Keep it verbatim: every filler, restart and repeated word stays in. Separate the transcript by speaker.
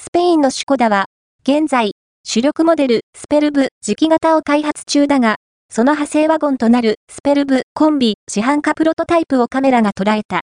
Speaker 1: スペインのシュコダは、現在、主力モデル、スペルブ、磁気型を開発中だが、その派生ワゴンとなるスペルブコンビ市販化プロトタイプをカメラが捉えた。